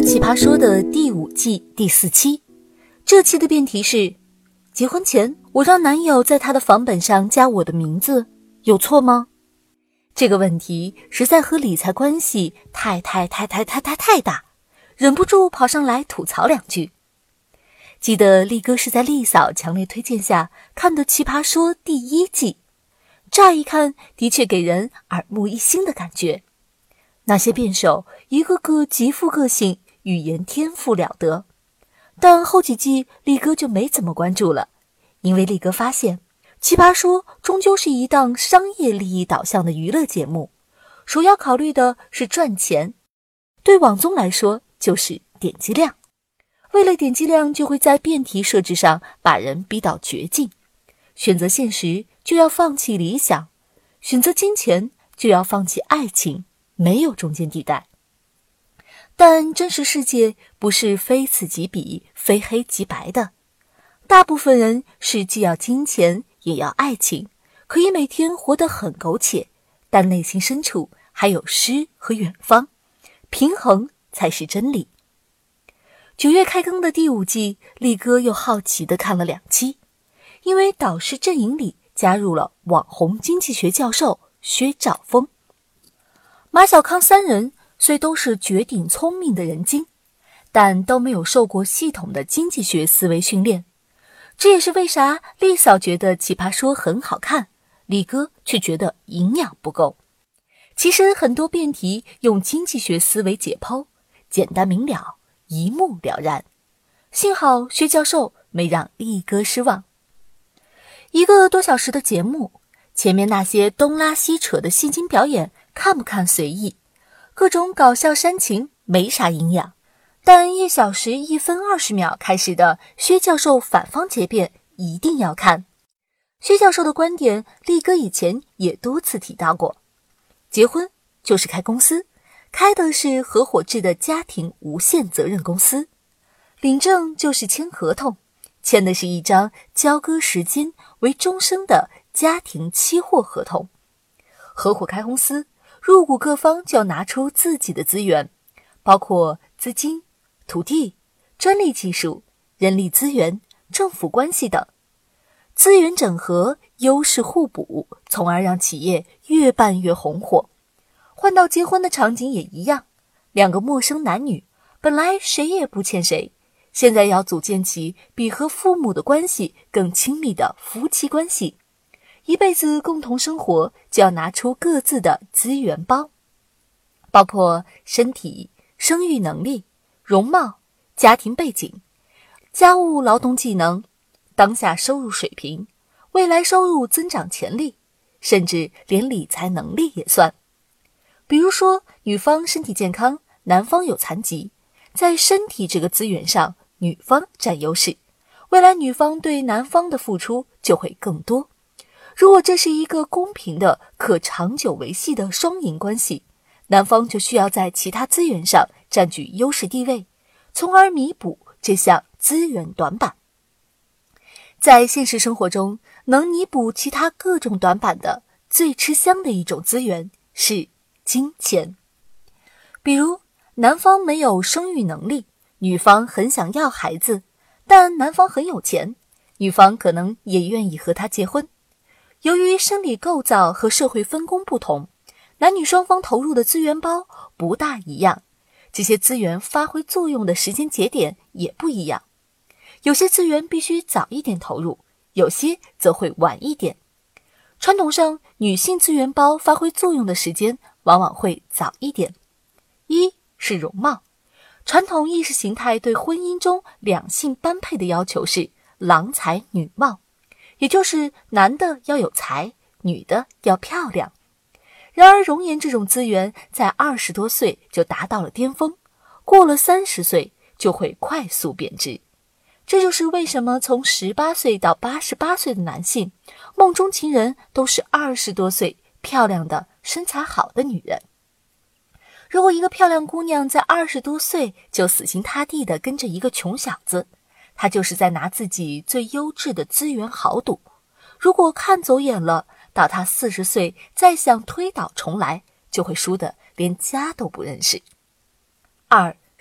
奇葩说的第5季第4期，这期的辩题是：结婚前我让男友在他的房本上加我的名字，有错吗？这个问题实在和理财关系太大，忍不住跑上来吐槽2句。记得力哥是在力嫂强烈推荐下看的奇葩说第1季，乍一看的确给人耳目一新的感觉。那些辩手一个个极富个性，语言天赋了得，但后几季力哥就没怎么关注了，因为力哥发现奇葩说终究是一档商业利益导向的娱乐节目，首要考虑的是赚钱，对网综来说就是点击量，为了点击量就会在辩题设置上把人逼到绝境，选择现实就要放弃理想，选择金钱就要放弃爱情，没有中间地带。但真实世界不是非此即彼，非黑即白的，大部分人是既要金钱也要爱情，可以每天活得很苟且，但内心深处还有诗和远方，平衡才是真理。9月开更的第5季，力哥又好奇地看了2期，因为导师阵营里加入了网红经济学教授薛兆丰、马小康3人，虽都是绝顶聪明的人精，但都没有受过系统的经济学思维训练。这也是为啥力嫂觉得奇葩说很好看，力哥却觉得营养不够。其实很多辩题用经济学思维解剖，简单明了，一目了然。幸好薛教授没让力哥失望。1个多小时的节目，前面那些东拉西扯的戏精表演看不看随意，各种搞笑煽情没啥营养，但1小时1分20秒开始的薛教授反方结辩一定要看。薛教授的观点力哥以前也多次提到过，结婚就是开公司，开的是合伙制的家庭无限责任公司，领证就是签合同，签的是一张交割时间为终生的家庭期货合同。合伙开公司，入股各方就要拿出自己的资源，包括资金、土地、专利技术、人力资源、政府关系等，资源整合，优势互补，从而让企业越办越红火。换到结婚的场景也一样，2个陌生男女本来谁也不欠谁，现在要组建起比和父母的关系更亲密的夫妻关系，一辈子共同生活就要拿出各自的资源包，包括身体、生育能力、容貌、家庭背景、家务劳动技能、当下收入水平、未来收入增长潜力，甚至连理财能力也算。比如说女方身体健康，男方有残疾，在身体这个资源上女方占优势，未来女方对男方的付出就会更多。如果这是一个公平的可长久维系的双赢关系，男方就需要在其他资源上占据优势地位，从而弥补这项资源短板。在现实生活中，能弥补其他各种短板的最吃香的一种资源是金钱。比如男方没有生育能力，女方很想要孩子，但男方很有钱，女方可能也愿意和他结婚。由于生理构造和社会分工不同，男女双方投入的资源包不大一样，这些资源发挥作用的时间节点也不一样。有些资源必须早一点投入，有些则会晚一点。传统上，女性资源包发挥作用的时间往往会早一点。1是容貌，传统意识形态对婚姻中两性般配的要求是郎才女貌，也就是男的要有才，女的要漂亮。然而容颜这种资源在20多岁就达到了巅峰，过了30岁就会快速贬值。这就是为什么从18岁到88岁的男性，梦中情人都是20多岁漂亮的身材好的女人。如果一个漂亮姑娘在20多岁就死心塌地地跟着一个穷小子，她就是在拿自己最优质的资源豪赌。如果看走眼了，到她40岁再想推倒重来，就会输得连家都不认识。2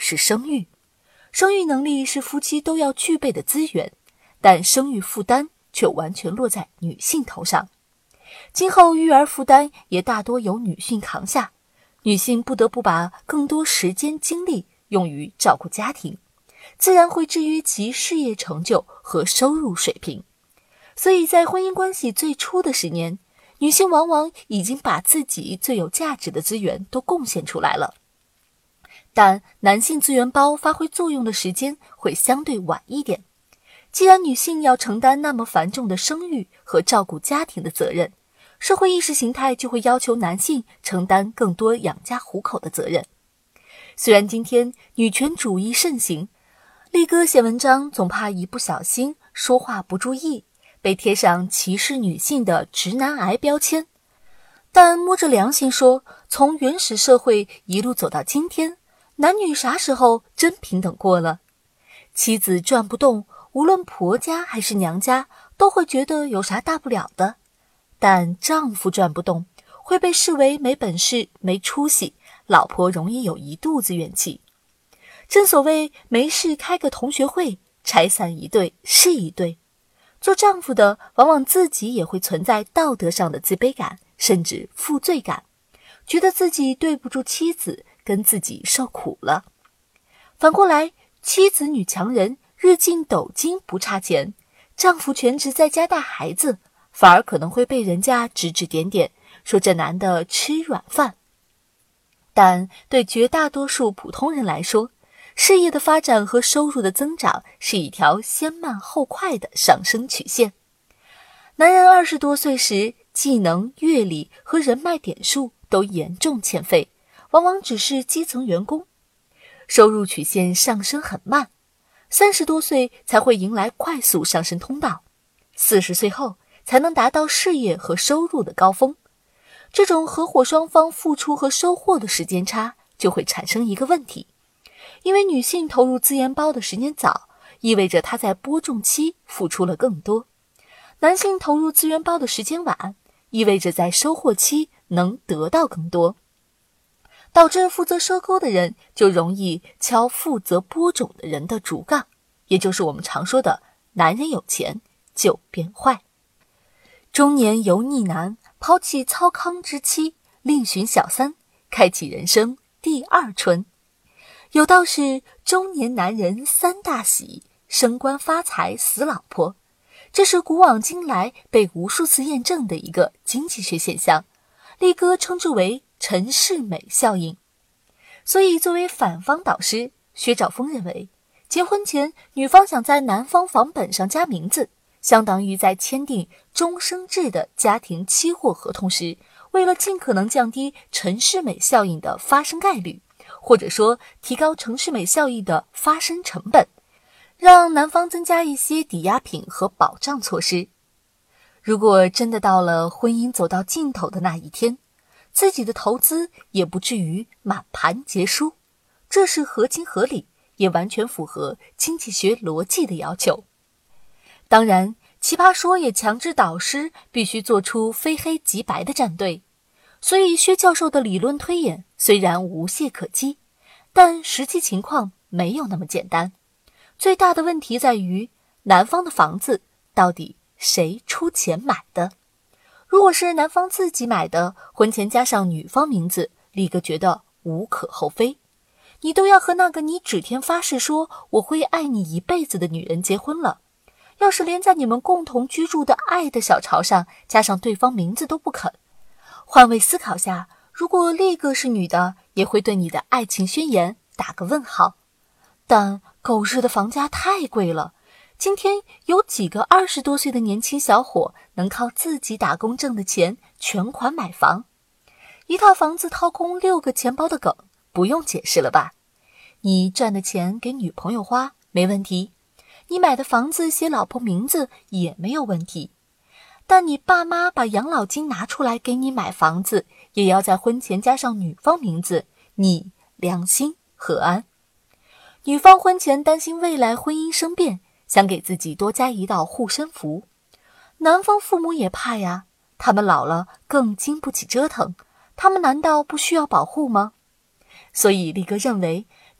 是生育。生育能力是夫妻都要具备的资源，但生育负担却完全落在女性头上。今后育儿负担也大多由女性扛下，女性不得不把更多时间精力用于照顾家庭，自然会制约其事业成就和收入水平。所以在婚姻关系最初的10年，女性往往已经把自己最有价值的资源都贡献出来了。但男性资源包发挥作用的时间会相对晚一点。既然女性要承担那么繁重的生育和照顾家庭的责任，社会意识形态就会要求男性承担更多养家糊口的责任。虽然今天女权主义盛行，力哥写文章总怕一不小心说话不注意，被贴上歧视女性的直男癌标签，但摸着良心说，从原始社会一路走到今天，男女啥时候真平等过了？妻子转不动，无论婆家还是娘家都会觉得有啥大不了的，但丈夫转不动会被视为没本事没出息，老婆容易有一肚子怨气。正所谓没事开个同学会，拆散一对是一对。做丈夫的往往自己也会存在道德上的自卑感，甚至负罪感，觉得自己对不住妻子，跟自己受苦了。反过来，妻子女强人，日进斗金不差钱，丈夫全职在家带孩子，反而可能会被人家指指点点，说这男的吃软饭。但对绝大多数普通人来说，事业的发展和收入的增长是一条先慢后快的上升曲线。男人20多岁时，技能、阅历和人脉点数都严重欠费，往往只是基层员工。收入曲线上升很慢，30多岁才会迎来快速上升通道，40岁后才能达到事业和收入的高峰。这种合伙双方付出和收获的时间差，就会产生一个问题。因为女性投入资源包的时间早，意味着她在播种期付出了更多；男性投入资源包的时间晚，意味着在收获期能得到更多，导致负责收割的人就容易敲负责播种的人的竹杠，也就是我们常说的男人有钱就变坏。中年油腻男抛弃操糠之妻，另寻小三，开启人生第2春。有道是中年男人3大喜，升官发财死老婆，这是古往今来被无数次验证的一个经济学现象，力哥称之为陈世美效应。所以作为反方导师，薛兆丰认为，结婚前女方想在男方房本上加名字，相当于在签订终生制的家庭期货合同时，为了尽可能降低陈世美效应的发生概率，或者说提高陈世美效应的发生成本，让男方增加一些抵押品和保障措施。如果真的到了婚姻走到尽头的那一天，自己的投资也不至于满盘皆输，这是合情合理，也完全符合经济学逻辑的要求。当然，奇葩说也强制导师必须做出非黑即白的站队，所以薛教授的理论推演虽然无懈可击，但实际情况没有那么简单。最大的问题在于，男方的房子到底谁出钱买的？如果是男方自己买的，婚前加上女方名字，力哥觉得无可厚非。你都要和那个你指天发誓说我会爱你一辈子的女人结婚了，要是连在你们共同居住的爱的小巢上加上对方名字都不肯，换位思考下，如果力哥是女的，也会对你的爱情宣言打个问号。但狗日的房价太贵了，今天有几个20多岁的年轻小伙能靠自己打工挣的钱全款买房？一套房子掏空6个钱包的梗不用解释了吧？你赚的钱给女朋友花没问题，你买的房子写老婆名字也没有问题，但你爸妈把养老金拿出来给你买房子，也要在婚前加上女方名字，你良心何安？女方婚前担心未来婚姻生变，想给自己多加一道护身符，男方父母也怕呀，他们老了更经不起折腾，他们难道不需要保护吗？所以力哥认为，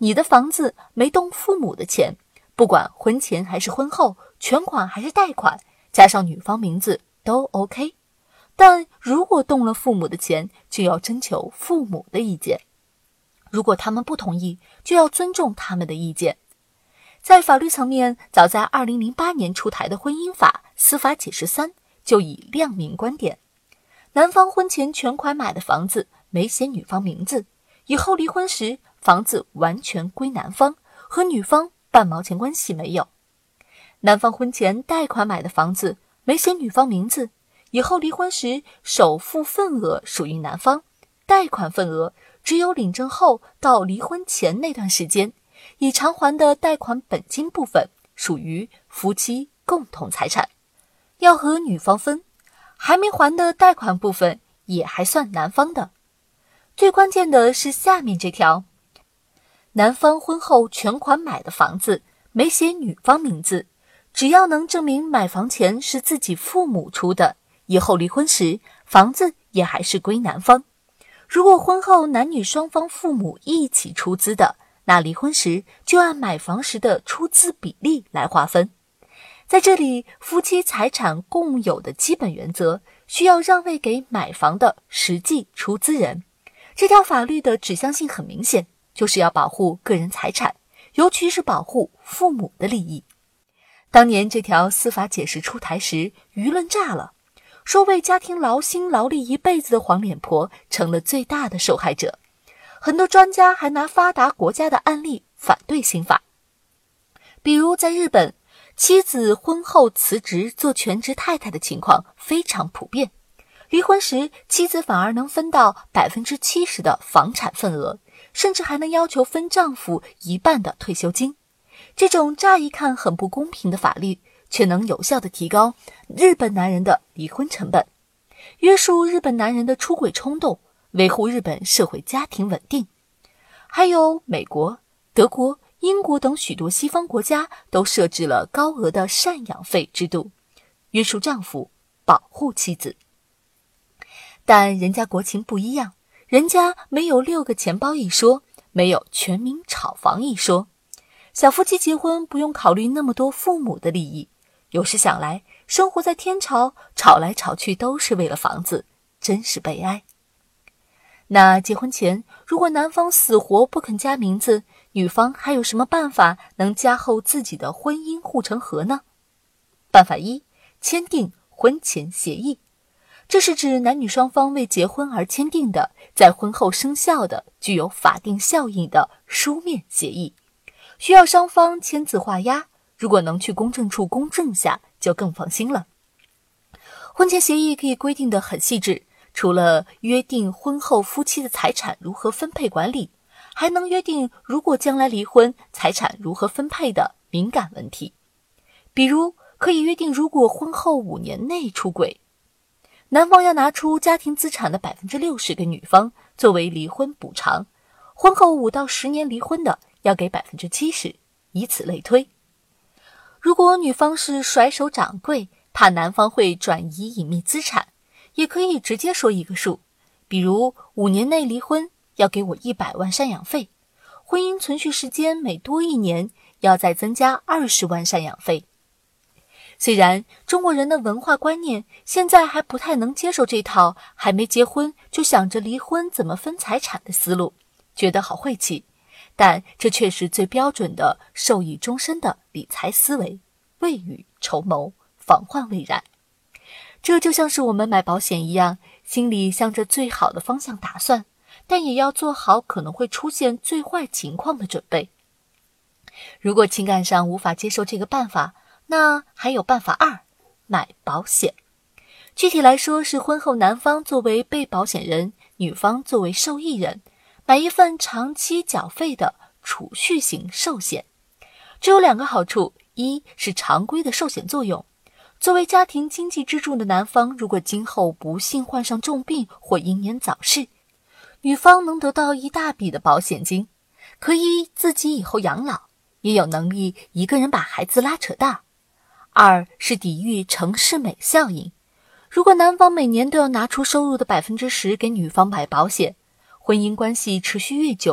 你的房子没动父母的钱，不管婚前还是婚后，全款还是贷款，加上女方名字都 OK。但如果动了父母的钱，就要征求父母的意见。如果他们不同意，就要尊重他们的意见。在法律层面，早在2008年出台的婚姻法司法解释3就已亮明观点：男方婚前全款买的房子没写女方名字，以后离婚时房子完全归男方，和女方半毛钱关系没有。男方婚前贷款买的房子没写女方名字，以后离婚时首付份额属于男方，贷款份额只有领证后到离婚前那段时间已偿还的贷款本金部分属于夫妻共同财产，要和女方分，还没还的贷款部分也还算男方的。最关键的是下面这条：男方婚后全款买的房子没写女方名字，只要能证明买房钱是自己父母出的，以后离婚时房子也还是归男方。如果婚后男女双方父母一起出资的，那离婚时就按买房时的出资比例来划分。在这里，夫妻财产共有的基本原则需要让位给买房的实际出资人。这条法律的指向性很明显，就是要保护个人财产，尤其是保护父母的利益。当年这条司法解释出台时，舆论炸了，说为家庭劳心劳力一辈子的黄脸婆成了最大的受害者。很多专家还拿发达国家的案例反对新法，比如在日本，妻子婚后辞职做全职太太的情况非常普遍，离婚时妻子反而能分到 70% 的房产份额，甚至还能要求分丈夫一半的退休金。这种乍一看很不公平的法律，却能有效地提高日本男人的离婚成本，约束日本男人的出轨冲动，维护日本社会家庭稳定。还有美国、德国、英国等许多西方国家都设置了高额的赡养费制度，约束丈夫，保护妻子。但人家国情不一样，人家没有6个钱包一说，没有全民炒房一说。小夫妻结婚不用考虑那么多父母的利益，有时想来，生活在天朝，吵来吵去都是为了房子，真是悲哀。那结婚前，如果男方死活不肯加名字，女方还有什么办法能加厚自己的婚姻护城河呢？办法1：签订婚前协议。这是指男女双方为结婚而签订的，在婚后生效的、具有法定效应的书面协议，需要双方签字画押，如果能去公证处公证下，就更放心了。婚前协议可以规定得很细致，除了约定婚后夫妻的财产如何分配管理，还能约定如果将来离婚，财产如何分配的敏感问题。比如，可以约定如果婚后5年内出轨，男方要拿出家庭资产的 60% 给女方作为离婚补偿，婚后5到10年离婚的要给 70%， 以此类推。如果女方是甩手掌柜，怕男方会转移隐秘资产，也可以直接说一个数，比如5年内离婚要给我100万赡养费，婚姻存续时间每多1年要再增加20万赡养费。虽然中国人的文化观念现在还不太能接受这套还没结婚就想着离婚怎么分财产的思路，觉得好晦气，但这却是最标准的受益终身的理财思维，未雨绸缪，防患未然。这就像是我们买保险一样，心里向着最好的方向打算，但也要做好可能会出现最坏情况的准备。如果情感上无法接受这个办法，那还有办法2：买保险。具体来说是婚后男方作为被保险人，女方作为受益人，买一份长期缴费的储蓄型寿险。这有2个好处，一是常规的寿险作用，作为家庭经济支柱的男方，如果今后不幸患上重病或英年早逝，女方能得到一大笔的保险金，可以自己以后养老，也有能力一个人把孩子拉扯大。2是抵御城市美效应，如果男方每年都要拿出收入的 10% 给女方买保险，婚姻关系持续越久，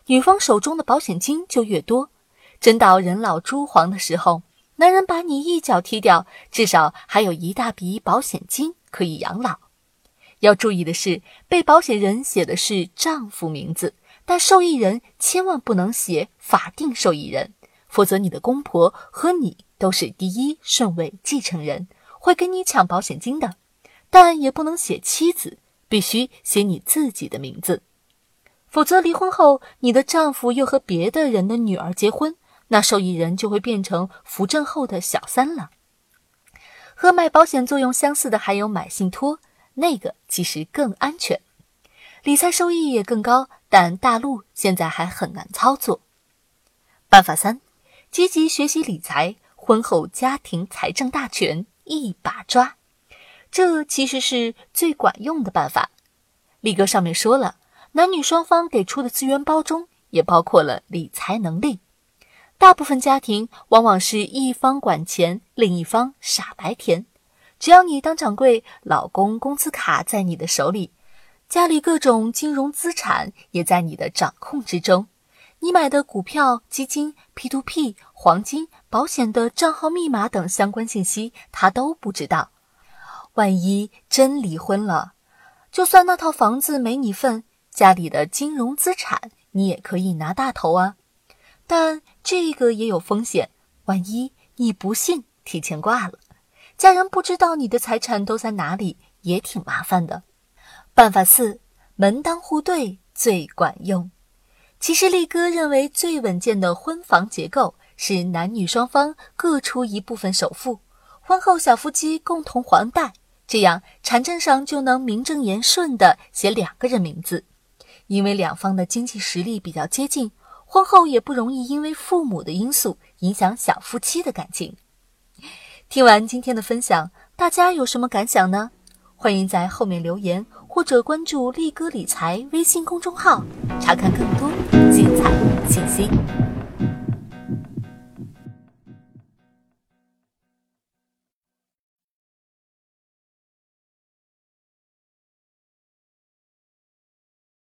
女方手中的保险金就越多。真到人老珠黄的时候，男人把你一脚踢掉，至少还有一大笔保险金可以养老。要注意的是，被保险人写的是丈夫名字，但受益人千万不能写法定受益人，否则你的公婆和你都是第一顺位继承人，会跟你抢保险金的。但也不能写妻子，必须写你自己的名字，否则离婚后你的丈夫又和别的人的女儿结婚，那受益人就会变成扶正后的小三了。和买保险作用相似的还有买信托，那个其实更安全，理财收益也更高，但大陆现在还很难操作。办法3，积极学习理财，婚后家庭财政大权一把抓。这其实是最管用的办法。力哥上面说了，男女双方给出的资源包中也包括了理财能力。大部分家庭往往是一方管钱，另一方傻白甜。只要你当掌柜，老公工资卡在你的手里，家里各种金融资产也在你的掌控之中。你买的股票、基金、P2P、黄金、保险的账号密码等相关信息，他都不知道。万一真离婚了，就算那套房子没你份，家里的金融资产你也可以拿大头啊。但这个也有风险，万一你不幸提前挂了，家人不知道你的财产都在哪里，也挺麻烦的。办法4，门当户对最管用。其实力哥认为最稳健的婚房结构是男女双方各出一部分首付，婚后小夫妻共同还贷，这样产证上就能名正言顺地写2个人名字。因为两方的经济实力比较接近，婚后也不容易因为父母的因素影响小夫妻的感情。听完今天的分享，大家有什么感想呢？欢迎在后面留言，或者关注力哥理财微信公众号，查看更多精彩信息。